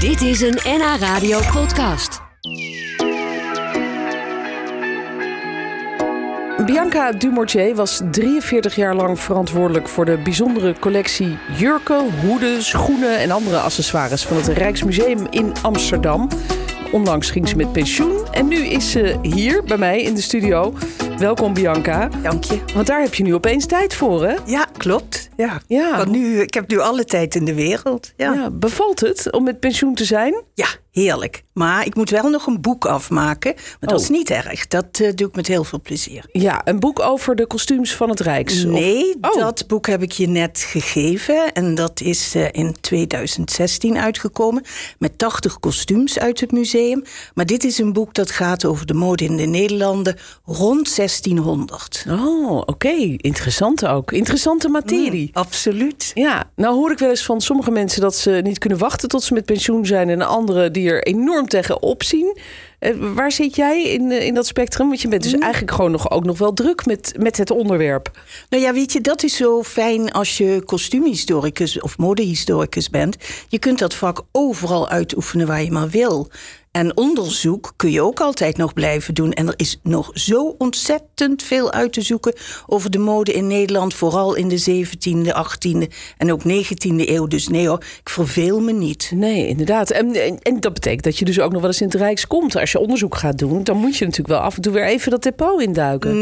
Dit is een NH Radio podcast. Bianca Dumortier was 43 jaar lang verantwoordelijk voor de bijzondere collectie jurken, hoeden, schoenen en andere accessoires van het Rijksmuseum in Amsterdam. Onlangs ging ze met pensioen en nu is ze hier bij mij in de studio. Welkom Bianca. Dank je. Want daar heb je nu opeens tijd voor, hè? Ja, klopt. Ja. Ja. Ik heb nu alle tijd in de wereld. Ja. Ja, bevalt het om met pensioen te zijn? Ja, heerlijk. Maar ik moet wel nog een boek afmaken. Maar dat is niet erg. Dat doe ik met heel veel plezier. Ja, een boek over de kostuums van het Rijks? Nee, dat boek heb ik je net gegeven. En dat is in 2016 uitgekomen. Met 80 kostuums uit het museum. Maar dit is een boek dat gaat over de mode in de Nederlanden rond 1600. Oh, oké. Interessant ook. Interessante materie. Absoluut. Ja, nou hoor ik wel eens van sommige mensen dat ze niet kunnen wachten tot ze met pensioen zijn. En anderen die er enorm tegenop zien. Waar zit jij in dat spectrum? Want je bent dus eigenlijk gewoon ook nog wel druk met het onderwerp. Nou ja, weet je, dat is zo fijn als je kostuumhistoricus of modehistoricus bent. Je kunt dat vak overal uitoefenen waar je maar wil. En onderzoek kun je ook altijd nog blijven doen. En er is nog zo ontzettend veel uit te zoeken over de mode in Nederland. Vooral in de 17e, 18e en ook 19e eeuw. Dus nee hoor, ik verveel me niet. Nee, inderdaad. En dat betekent dat je dus ook nog wel eens in het Rijks komt. Als je onderzoek gaat doen, dan moet je natuurlijk wel af en toe weer even dat depot induiken.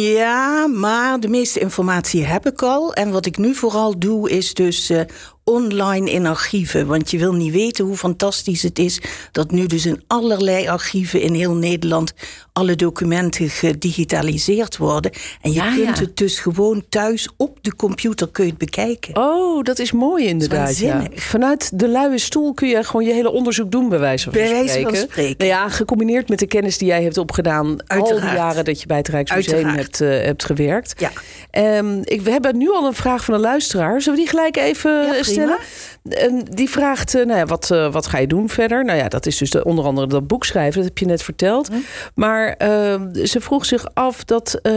Ja, maar de meeste informatie heb ik al. En wat ik nu vooral doe is dus online in archieven. Want je wil niet weten hoe fantastisch het is dat nu dus in allerlei archieven in heel Nederland alle documenten gedigitaliseerd worden. En je kunt het dus gewoon thuis op de computer kun je het bekijken. Oh, dat is mooi inderdaad. Ja. Vanuit de luie stoel kun je gewoon je hele onderzoek doen, bij wijze van spreken. Nou ja, gecombineerd met de kennis die jij hebt opgedaan al die jaren dat je bij het Rijksmuseum hebt gewerkt. Ja. We hebben nu al een vraag van een luisteraar. Zullen we die gelijk even stellen? Die vraagt, wat ga je doen verder? Nou ja, dat is dus onder andere dat boek schrijven. Dat heb je net verteld. Maar ze vroeg zich af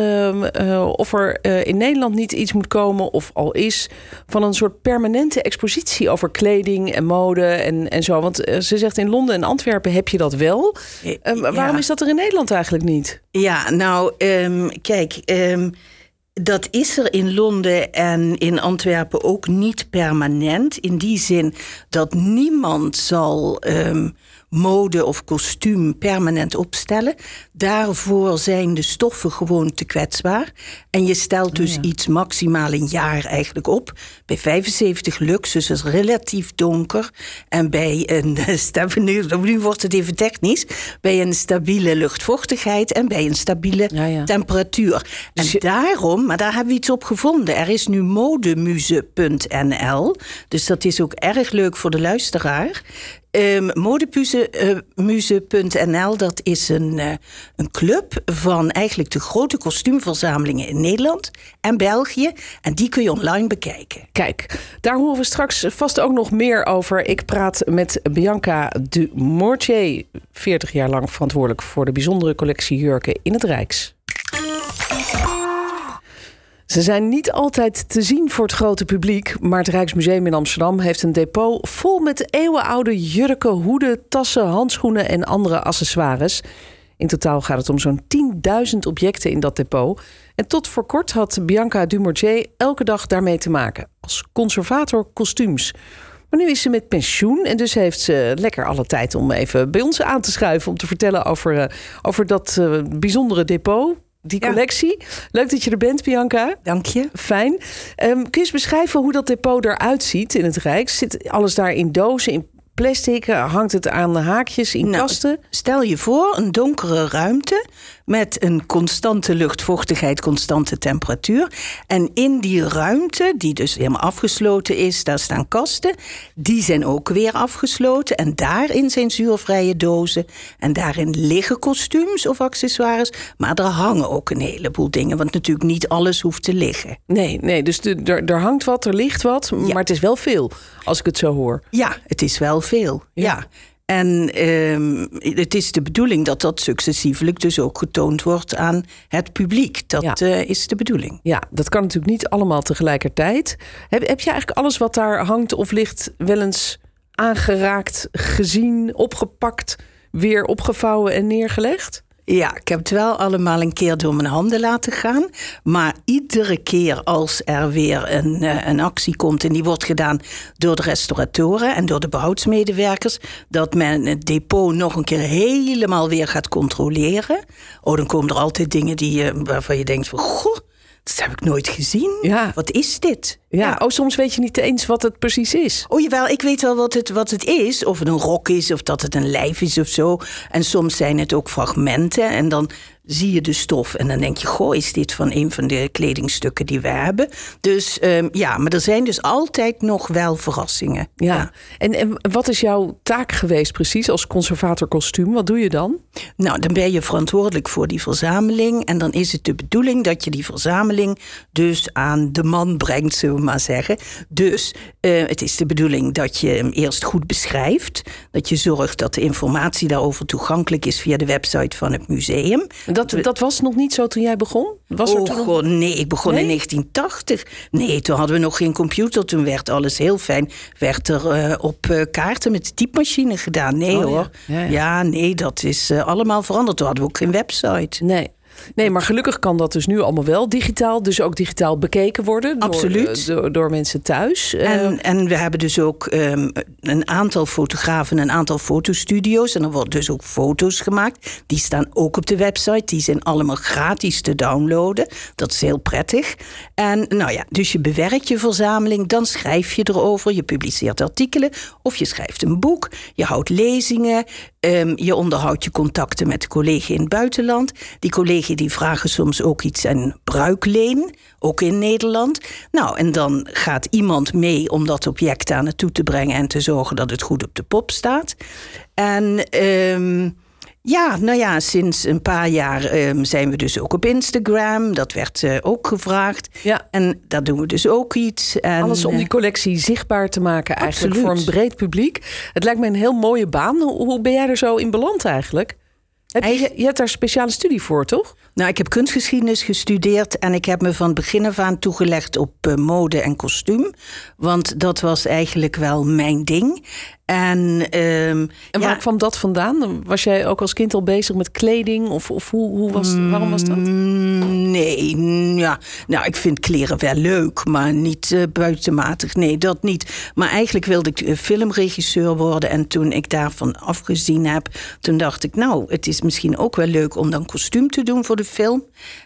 of er in Nederland niet iets moet komen, of al is, van een soort permanente expositie over kleding en mode en zo. Want ze zegt in Londen en Antwerpen heb je dat wel. Waarom is dat er in Nederland eigenlijk niet? Ja, nou, kijk. Dat is er in Londen en in Antwerpen ook niet permanent. In die zin dat niemand zal mode of kostuum permanent opstellen. Daarvoor zijn de stoffen gewoon te kwetsbaar. En je stelt dus iets maximaal een jaar eigenlijk op. Bij 75 lux, dus is relatief donker. En bij nu wordt het even technisch. Bij een stabiele luchtvochtigheid en bij een stabiele temperatuur. Dus en daarom, maar daar hebben we iets op gevonden. Er is nu modemuze.nl. Dus dat is ook erg leuk voor de luisteraar. Modemuze.nl, dat is een club van eigenlijk de grote kostuumverzamelingen in Nederland en België. En die kun je online bekijken. Kijk, daar horen we straks vast ook nog meer over. Ik praat met Bianca Dumortier, 40 jaar lang verantwoordelijk voor de bijzondere collectie jurken in het Rijks. Ze zijn niet altijd te zien voor het grote publiek, maar het Rijksmuseum in Amsterdam heeft een depot vol met eeuwenoude jurken, hoeden, tassen, handschoenen en andere accessoires. In totaal gaat het om zo'n 10.000 objecten in dat depot. En tot voor kort had Bianca Dumortier elke dag daarmee te maken, als conservator kostuums. Maar nu is ze met pensioen en dus heeft ze lekker alle tijd om even bij ons aan te schuiven om te vertellen over dat bijzondere depot. Die collectie. Leuk dat je er bent, Bianca. Dank je. Fijn. Kun je eens beschrijven hoe dat depot eruit ziet in het Rijk? Zit alles daar in dozen, in plastic? Hangt het aan haakjes, in kasten? Stel je voor een donkere ruimte met een constante luchtvochtigheid, constante temperatuur. En in die ruimte, die dus helemaal afgesloten is, daar staan kasten. Die zijn ook weer afgesloten. En daarin zijn zuurvrije dozen. En daarin liggen kostuums of accessoires. Maar er hangen ook een heleboel dingen. Want natuurlijk niet alles hoeft te liggen. Nee, dus er hangt wat, er ligt wat. Ja. Maar het is wel veel, als ik het zo hoor. Ja, het is wel veel. Ja. En het is de bedoeling dat dat successievelijk dus ook getoond wordt aan het publiek. Dat is de bedoeling. Ja, dat kan natuurlijk niet allemaal tegelijkertijd. Heb je eigenlijk alles wat daar hangt of ligt wel eens aangeraakt, gezien, opgepakt, weer opgevouwen en neergelegd? Ja, ik heb het wel allemaal een keer door mijn handen laten gaan. Maar iedere keer als er weer een actie komt... en die wordt gedaan door de restauratoren en door de behoudsmedewerkers... dat men het depot nog een keer helemaal weer gaat controleren. Dan komen er altijd dingen waarvan je denkt van... Goh, dat heb ik nooit gezien. Ja. Wat is dit? Ja. Soms weet je niet eens wat het precies is. Jawel, ik weet wel wat het is. Of het een rok is, of dat het een lijf is of zo. En soms zijn het ook fragmenten. En dan zie je de stof en dan denk je... goh, is dit van een van de kledingstukken die we hebben? Dus maar er zijn dus altijd nog wel verrassingen. Ja. En wat is jouw taak geweest precies als conservator kostuum? Wat doe je dan? Nou, dan ben je verantwoordelijk voor die verzameling. En dan is het de bedoeling dat je die verzameling dus aan de man brengt, zullen we maar zeggen. Dus het is de bedoeling dat je hem eerst goed beschrijft. Dat je zorgt dat de informatie daarover toegankelijk is via de website van het museum. Dat was nog niet zo toen jij begon? Nee, ik begon in 1980. Nee, toen hadden we nog geen computer. Toen werd alles heel fijn. Werd er op kaarten met de typemachine gedaan. Nee hoor. Ja, nee, dat is allemaal veranderd. Toen hadden we ook geen website. Nee, maar gelukkig kan dat dus nu allemaal wel digitaal. Dus ook digitaal bekeken worden. Absoluut. Door mensen thuis. En we hebben dus ook een aantal fotografen, een aantal fotostudio's. En er worden dus ook foto's gemaakt. Die staan ook op de website. Die zijn allemaal gratis te downloaden. Dat is heel prettig. En dus je bewerkt je verzameling. Dan schrijf je erover. Je publiceert artikelen. Of je schrijft een boek. Je houdt lezingen. Je onderhoudt je contacten met collega's in het buitenland. Die collega's die vragen soms ook iets aan bruikleen, ook in Nederland. Nou, en dan gaat iemand mee om dat object daar naartoe te brengen en te zorgen dat het goed op de pop staat. En sinds een paar jaar zijn we dus ook op Instagram. Dat werd ook gevraagd. Ja. En daar doen we dus ook iets. En alles om die collectie zichtbaar te maken eigenlijk voor een breed publiek. Het lijkt me een heel mooie baan. Hoe ben jij er zo in beland eigenlijk? Je hebt daar speciale studie voor, toch? Nou, ik heb kunstgeschiedenis gestudeerd en ik heb me van begin af aan toegelegd op mode en kostuum. Want dat was eigenlijk wel mijn ding. En waar kwam dat vandaan? Was jij ook als kind al bezig met kleding? Of waarom was dat? Nee, Nou, ik vind kleren wel leuk, maar niet buitenmatig. Nee, dat niet. Maar eigenlijk wilde ik filmregisseur worden. En toen ik daarvan afgezien heb, toen dacht ik... nou, het is misschien ook wel leuk om dan kostuum te doen voor de film.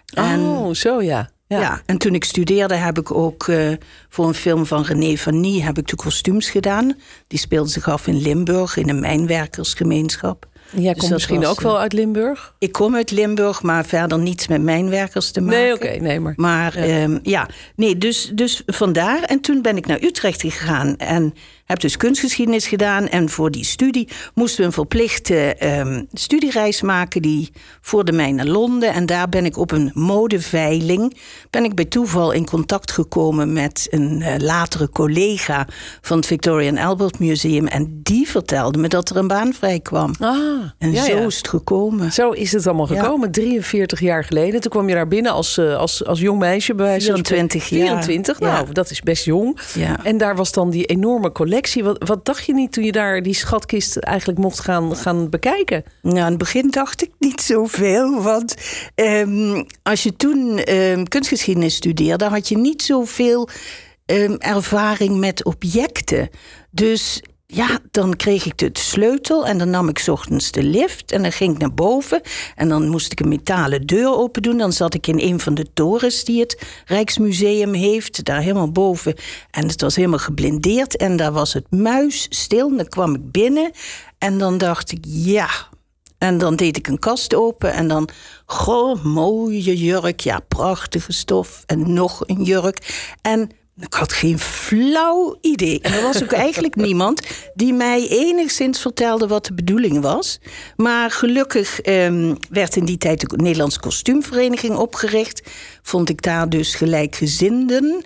Ja, en toen ik studeerde heb ik ook voor een film van René van Nie heb ik de kostuums gedaan. Die speelde zich af in Limburg, in een mijnwerkersgemeenschap. Jij komt misschien ook wel uit Limburg? Ik kom uit Limburg, maar verder niets met mijnwerkers te maken. Nee, dus vandaar. En toen ben ik naar Utrecht gegaan en heb dus kunstgeschiedenis gedaan. En voor die studie moesten we een verplichte studiereis maken. Die voerde mij naar Londen. En daar ben ik op een modeveiling bij toeval in contact gekomen met een latere collega van het Victoria and Albert Museum. En die vertelde me dat er een baan vrij kwam. En zo is het gekomen. Zo is het allemaal gekomen, 43 jaar geleden. Toen kwam je daar binnen als jong meisje. Bij 24 jaar. 24, dat is best jong. Ja. En daar was dan die enorme collectie. Wat dacht je niet toen je daar die schatkist eigenlijk mocht gaan bekijken? Nou, in het begin dacht ik niet zoveel. Want als je toen kunstgeschiedenis studeerde, had je niet zoveel ervaring met objecten. Dus ja, dan kreeg ik de sleutel en dan nam ik 's ochtends de lift en dan ging ik naar boven. En dan moest ik een metalen deur open doen. Dan zat ik in een van de torens die het Rijksmuseum heeft, daar helemaal boven. En het was helemaal geblindeerd en daar was het muisstil. En dan kwam ik binnen en dan dacht ik, ja. En dan deed ik een kast open en dan, goh, mooie jurk. Ja, prachtige stof en nog een jurk. En ik had geen flauw idee. En er was ook eigenlijk niemand die mij enigszins vertelde wat de bedoeling was. Maar gelukkig werd in die tijd de Nederlandse Kostuumvereniging opgericht. Vond ik daar dus gelijkgezinden.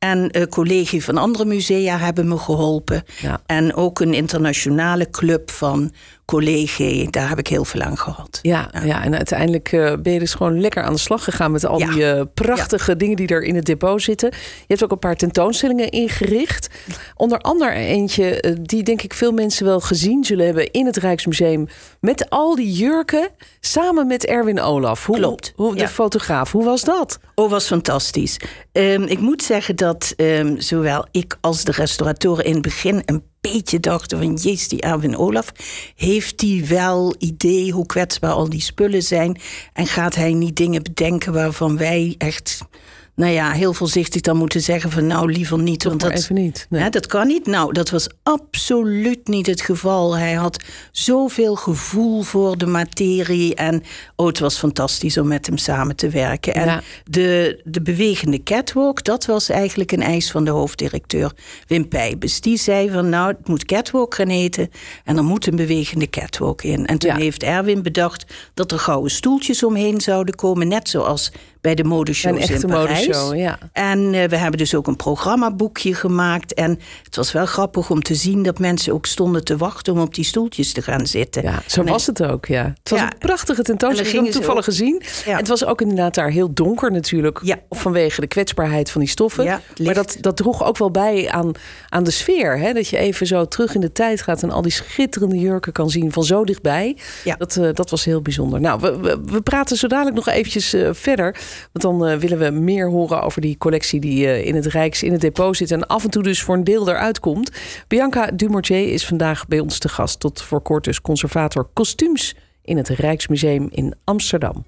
En collega's van andere musea hebben me geholpen. Ja. En ook een internationale club van collega's. Daar heb ik heel veel aan gehad. Ja, en uiteindelijk ben je dus gewoon lekker aan de slag gegaan met al die prachtige dingen die er in het depot zitten. Je hebt ook een paar tentoonstellingen ingericht. Onder andere eentje die denk ik veel mensen wel gezien zullen hebben in het Rijksmuseum. Met al die jurken, samen met Erwin Olaf. Klopt. De fotograaf. Hoe was dat? Oh, was fantastisch. Ik moet zeggen dat zowel ik als de restauratoren in het begin een beetje dachten van jezus, die Erwin Olaf, heeft hij wel idee hoe kwetsbaar al die spullen zijn? En gaat hij niet dingen bedenken waarvan wij echt heel voorzichtig dan moeten zeggen van nou liever niet. Toch want dat even niet. Nee. Dat kan niet. Nou, dat was absoluut niet het geval. Hij had zoveel gevoel voor de materie. En het was fantastisch om met hem samen te werken. En de bewegende catwalk, dat was eigenlijk een eis van de hoofddirecteur Wim Pijbes. Die zei van het moet catwalk gaan heten. En er moet een bewegende catwalk in. En toen heeft Erwin bedacht dat er gouden stoeltjes omheen zouden komen. Net zoals bij de modeshows in Parijs. En we hebben dus ook een programmaboekje gemaakt. En het was wel grappig om te zien dat mensen ook stonden te wachten om op die stoeltjes te gaan zitten. Ja, zo was het ook, ja. Het was een prachtige tentoonstelling. Ik heb hem toevallig gezien. Ja. Het was ook inderdaad daar heel donker natuurlijk. Ja. Vanwege de kwetsbaarheid van die stoffen. Ja, maar dat droeg ook wel bij aan de sfeer. Hè? Dat je even zo terug in de tijd gaat en al die schitterende jurken kan zien van zo dichtbij. Ja. Dat was heel bijzonder. Nou, we praten zo dadelijk nog eventjes verder. Want dan willen we meer horen over die collectie die in het depot zit en af en toe dus voor een deel eruit komt. Bianca Dumortier is vandaag bij ons te gast. Tot voor kort dus conservator kostuums in het Rijksmuseum in Amsterdam.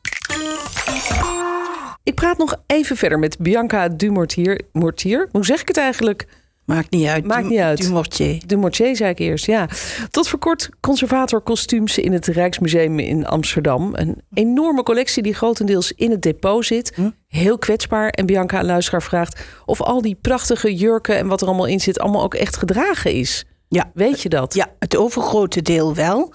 Ik praat nog even verder met Bianca Dumortier. Hoe zeg ik het eigenlijk? Maakt niet uit. Dumortier. Dumortier zei ik eerst, ja. Tot voor kort conservator kostuums in het Rijksmuseum in Amsterdam. Een enorme collectie die grotendeels in het depot zit. Heel kwetsbaar. En Bianca, een luisteraar, vraagt of al die prachtige jurken en wat er allemaal in zit allemaal ook echt gedragen is. Ja. Weet je dat? Ja, het overgrote deel wel.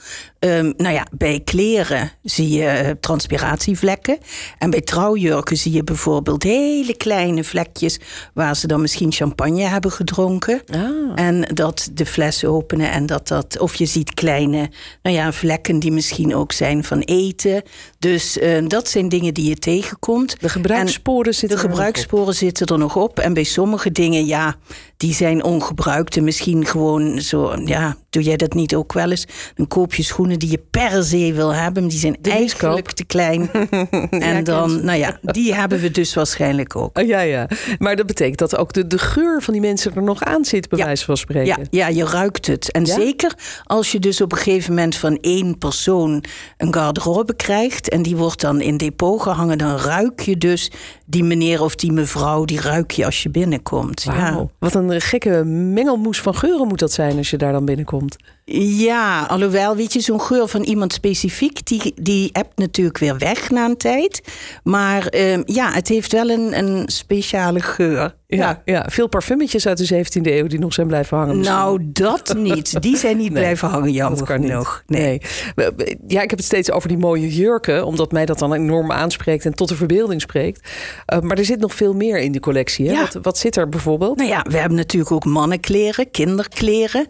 Bij kleren zie je transpiratievlekken. En bij trouwjurken zie je bijvoorbeeld hele kleine vlekjes waar ze dan misschien champagne hebben gedronken. En dat de fles openen en of je ziet kleine vlekken die misschien ook zijn van eten. Dus dat zijn dingen die je tegenkomt. De gebruikssporen zitten er nog op. En bij sommige dingen, die zijn ongebruikt en misschien gewoon zo, doe jij dat niet ook wel eens? Dan koop je schoenen die je per se wil hebben. Die zijn eigenlijk te klein. En dan, die hebben we dus waarschijnlijk ook. Ja. Maar dat betekent dat ook de geur van die mensen er nog aan zit, bij wijze van spreken. Ja, je ruikt het. En zeker als je dus op een gegeven moment van één persoon een garderobe krijgt en die wordt dan in depot gehangen, dan ruik je dus die meneer of die mevrouw, die ruik je als je binnenkomt. Wow. Ja. Wat een gekke mengelmoes van geuren moet dat zijn als je daar dan binnenkomt. Ja, alhoewel, weet je, zo'n geur van iemand specifiek, die hebt natuurlijk weer weg na een tijd. Maar het heeft wel een speciale geur. Ja, veel parfumetjes uit de 17e eeuw die nog zijn blijven hangen. Misschien. Nou, dat niet. Die zijn niet blijven hangen, jammer genoeg. Nee. Ja, ik heb het steeds over die mooie jurken, omdat mij dat dan enorm aanspreekt en tot de verbeelding spreekt. Maar er zit nog veel meer in die collectie. Hè? Ja. Wat zit er bijvoorbeeld? We hebben natuurlijk ook mannenkleren, kinderkleren.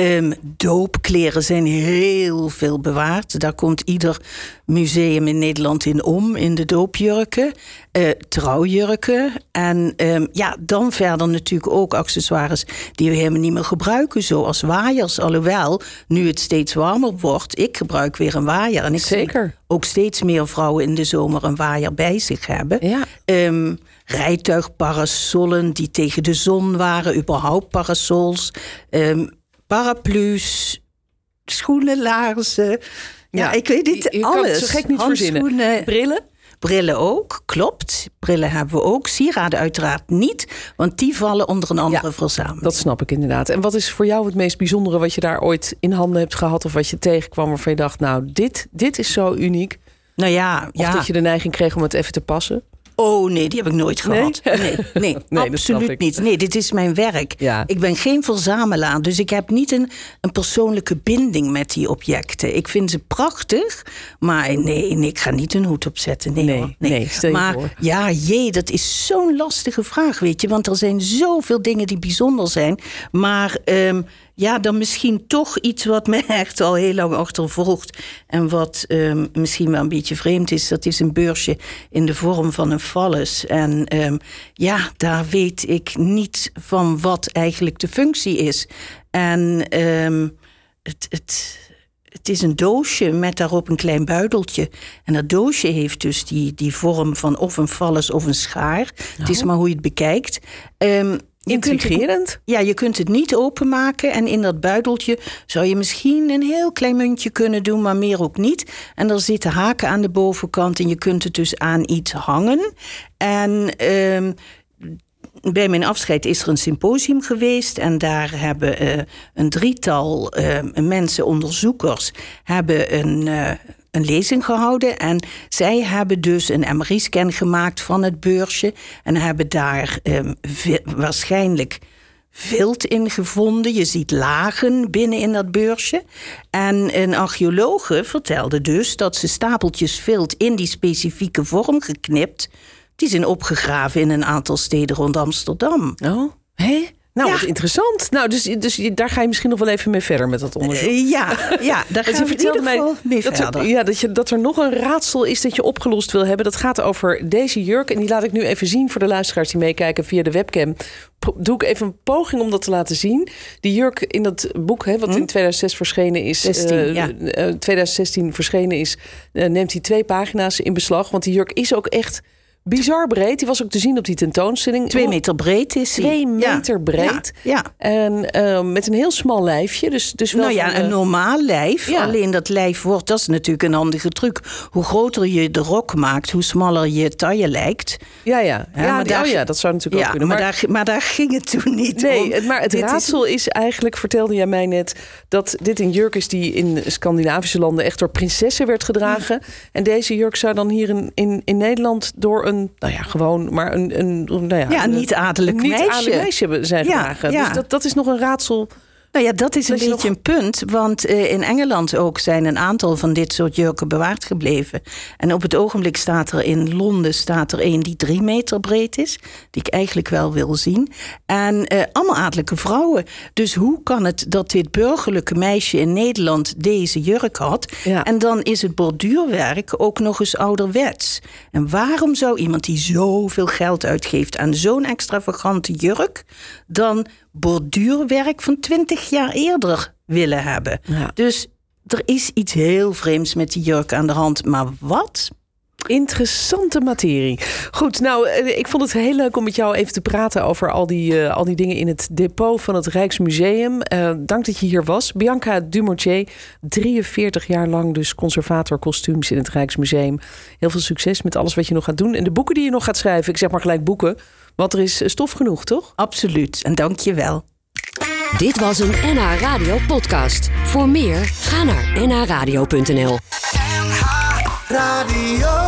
Doopkleren zijn heel veel bewaard. Daar komt ieder museum in Nederland in de doopjurken. Trouwjurken. En dan verder natuurlijk ook accessoires die we helemaal niet meer gebruiken. Zoals waaiers. Alhoewel, nu het steeds warmer wordt, ik gebruik weer een waaier. En ik zie ook steeds meer vrouwen in de zomer een waaier bij zich hebben. Ja. Rijtuigparasollen die tegen de zon waren. Überhaupt parasols. Paraplu's. Schoenen, laarzen. Ja, ik weet niet, je alles. Kan het zo gek niet verzinnen. Brillen? Brillen ook, klopt. Brillen hebben we ook. Sieraden uiteraard niet, want die vallen onder een andere verzameling. Dat snap ik inderdaad. En wat is voor jou het meest bijzondere wat je daar ooit in handen hebt gehad of wat je tegenkwam waarvan je dacht, dit is zo uniek? Of dat je de neiging kreeg om het even te passen? Oh nee, die heb ik nooit gehad. Nee, absoluut niet. Nee, dit is mijn werk. Ja. Ik ben geen verzamelaar, dus ik heb niet een persoonlijke binding met die objecten. Ik vind ze prachtig, maar nee, ik ga niet een hoed opzetten. Nee, stel je maar voor. ja, dat is zo'n lastige vraag, weet je. Want er zijn zoveel dingen die bijzonder zijn. Maar dan misschien toch iets wat mij echt al heel lang achtervolgt. En wat misschien wel een beetje vreemd is. Dat is een beursje in de vorm van een fallus. En daar weet ik niet van wat eigenlijk de functie is. En het is een doosje met daarop een klein buideltje. En dat doosje heeft dus die vorm van of een fallus of een schaar. Het is maar hoe je het bekijkt. Intrigerend. Je kunt het niet openmaken. En in dat buideltje zou je misschien een heel klein muntje kunnen doen, maar meer ook niet. En er zitten haken aan de bovenkant en je kunt het dus aan iets hangen. En bij mijn afscheid is er een symposium geweest. En daar hebben een drietal mensen, onderzoekers, hebben een lezing gehouden. En zij hebben dus een MRI-scan gemaakt van het beursje. En hebben daar waarschijnlijk vilt in gevonden. Je ziet lagen binnen in dat beursje. En een archeologe vertelde dus dat ze stapeltjes vilt in die specifieke vorm geknipt. Die zijn opgegraven in een aantal steden rond Amsterdam. Oh, hé? Nou, wat interessant. Nou, dus daar ga je misschien nog wel even mee verder met dat onderzoek. Daar gaan we in ieder geval mee verder. Dat er nog een raadsel is dat je opgelost wil hebben. Dat gaat over deze jurk. En die laat ik nu even zien voor de luisteraars die meekijken via de webcam. Doe ik even een poging om dat te laten zien. Die jurk in dat boek, wat in 2006 verschenen is. 2016 verschenen is. Neemt hij 2 pagina's in beslag. Want die jurk is ook echt bizar breed. Die was ook te zien op die tentoonstelling. 2 meter breed is hij. 2 meter breed. Ja. En met een heel smal lijfje. Dus wel een normaal lijf. Ja. Alleen dat lijf wordt, dat is natuurlijk een handige truc. Hoe groter je de rok maakt, hoe smaller je taille lijkt. Ja, dat zou natuurlijk ook kunnen. Maar daar ging het toen niet om. Nee, maar het raadsel is eigenlijk, vertelde jij mij net, dat dit een jurk is die in Scandinavische landen echt door prinsessen werd gedragen. En deze jurk zou dan hier in Nederland door een niet-adellijk meisje zijn gedragen. Dus dat is nog een raadsel. Nou ja, dat is een beetje een punt. Want in Engeland ook zijn een aantal van dit soort jurken bewaard gebleven. En op het ogenblik staat er in Londen een die 3 meter breed is. Die ik eigenlijk wel wil zien. En allemaal adellijke vrouwen. Dus hoe kan het dat dit burgerlijke meisje in Nederland deze jurk had? Ja. En dan is het borduurwerk ook nog eens ouderwets. En waarom zou iemand die zoveel geld uitgeeft aan zo'n extravagante jurk dan borduurwerk van 20 jaar eerder willen hebben? Ja. Dus er is iets heel vreemds met die jurk aan de hand. Maar wat? Interessante materie. Goed, nou, ik vond het heel leuk om met jou even te praten over al die dingen in het depot van het Rijksmuseum. Dank dat je hier was. Bianca Dumortier, 43 jaar lang dus conservator kostuums in het Rijksmuseum. Heel veel succes met alles wat je nog gaat doen. En de boeken die je nog gaat schrijven, ik zeg maar gelijk boeken, want er is stof genoeg, toch? Absoluut, en dank je wel. Dit was een NH Radio podcast. Voor meer, ga naar nhradio.nl. NH Radio.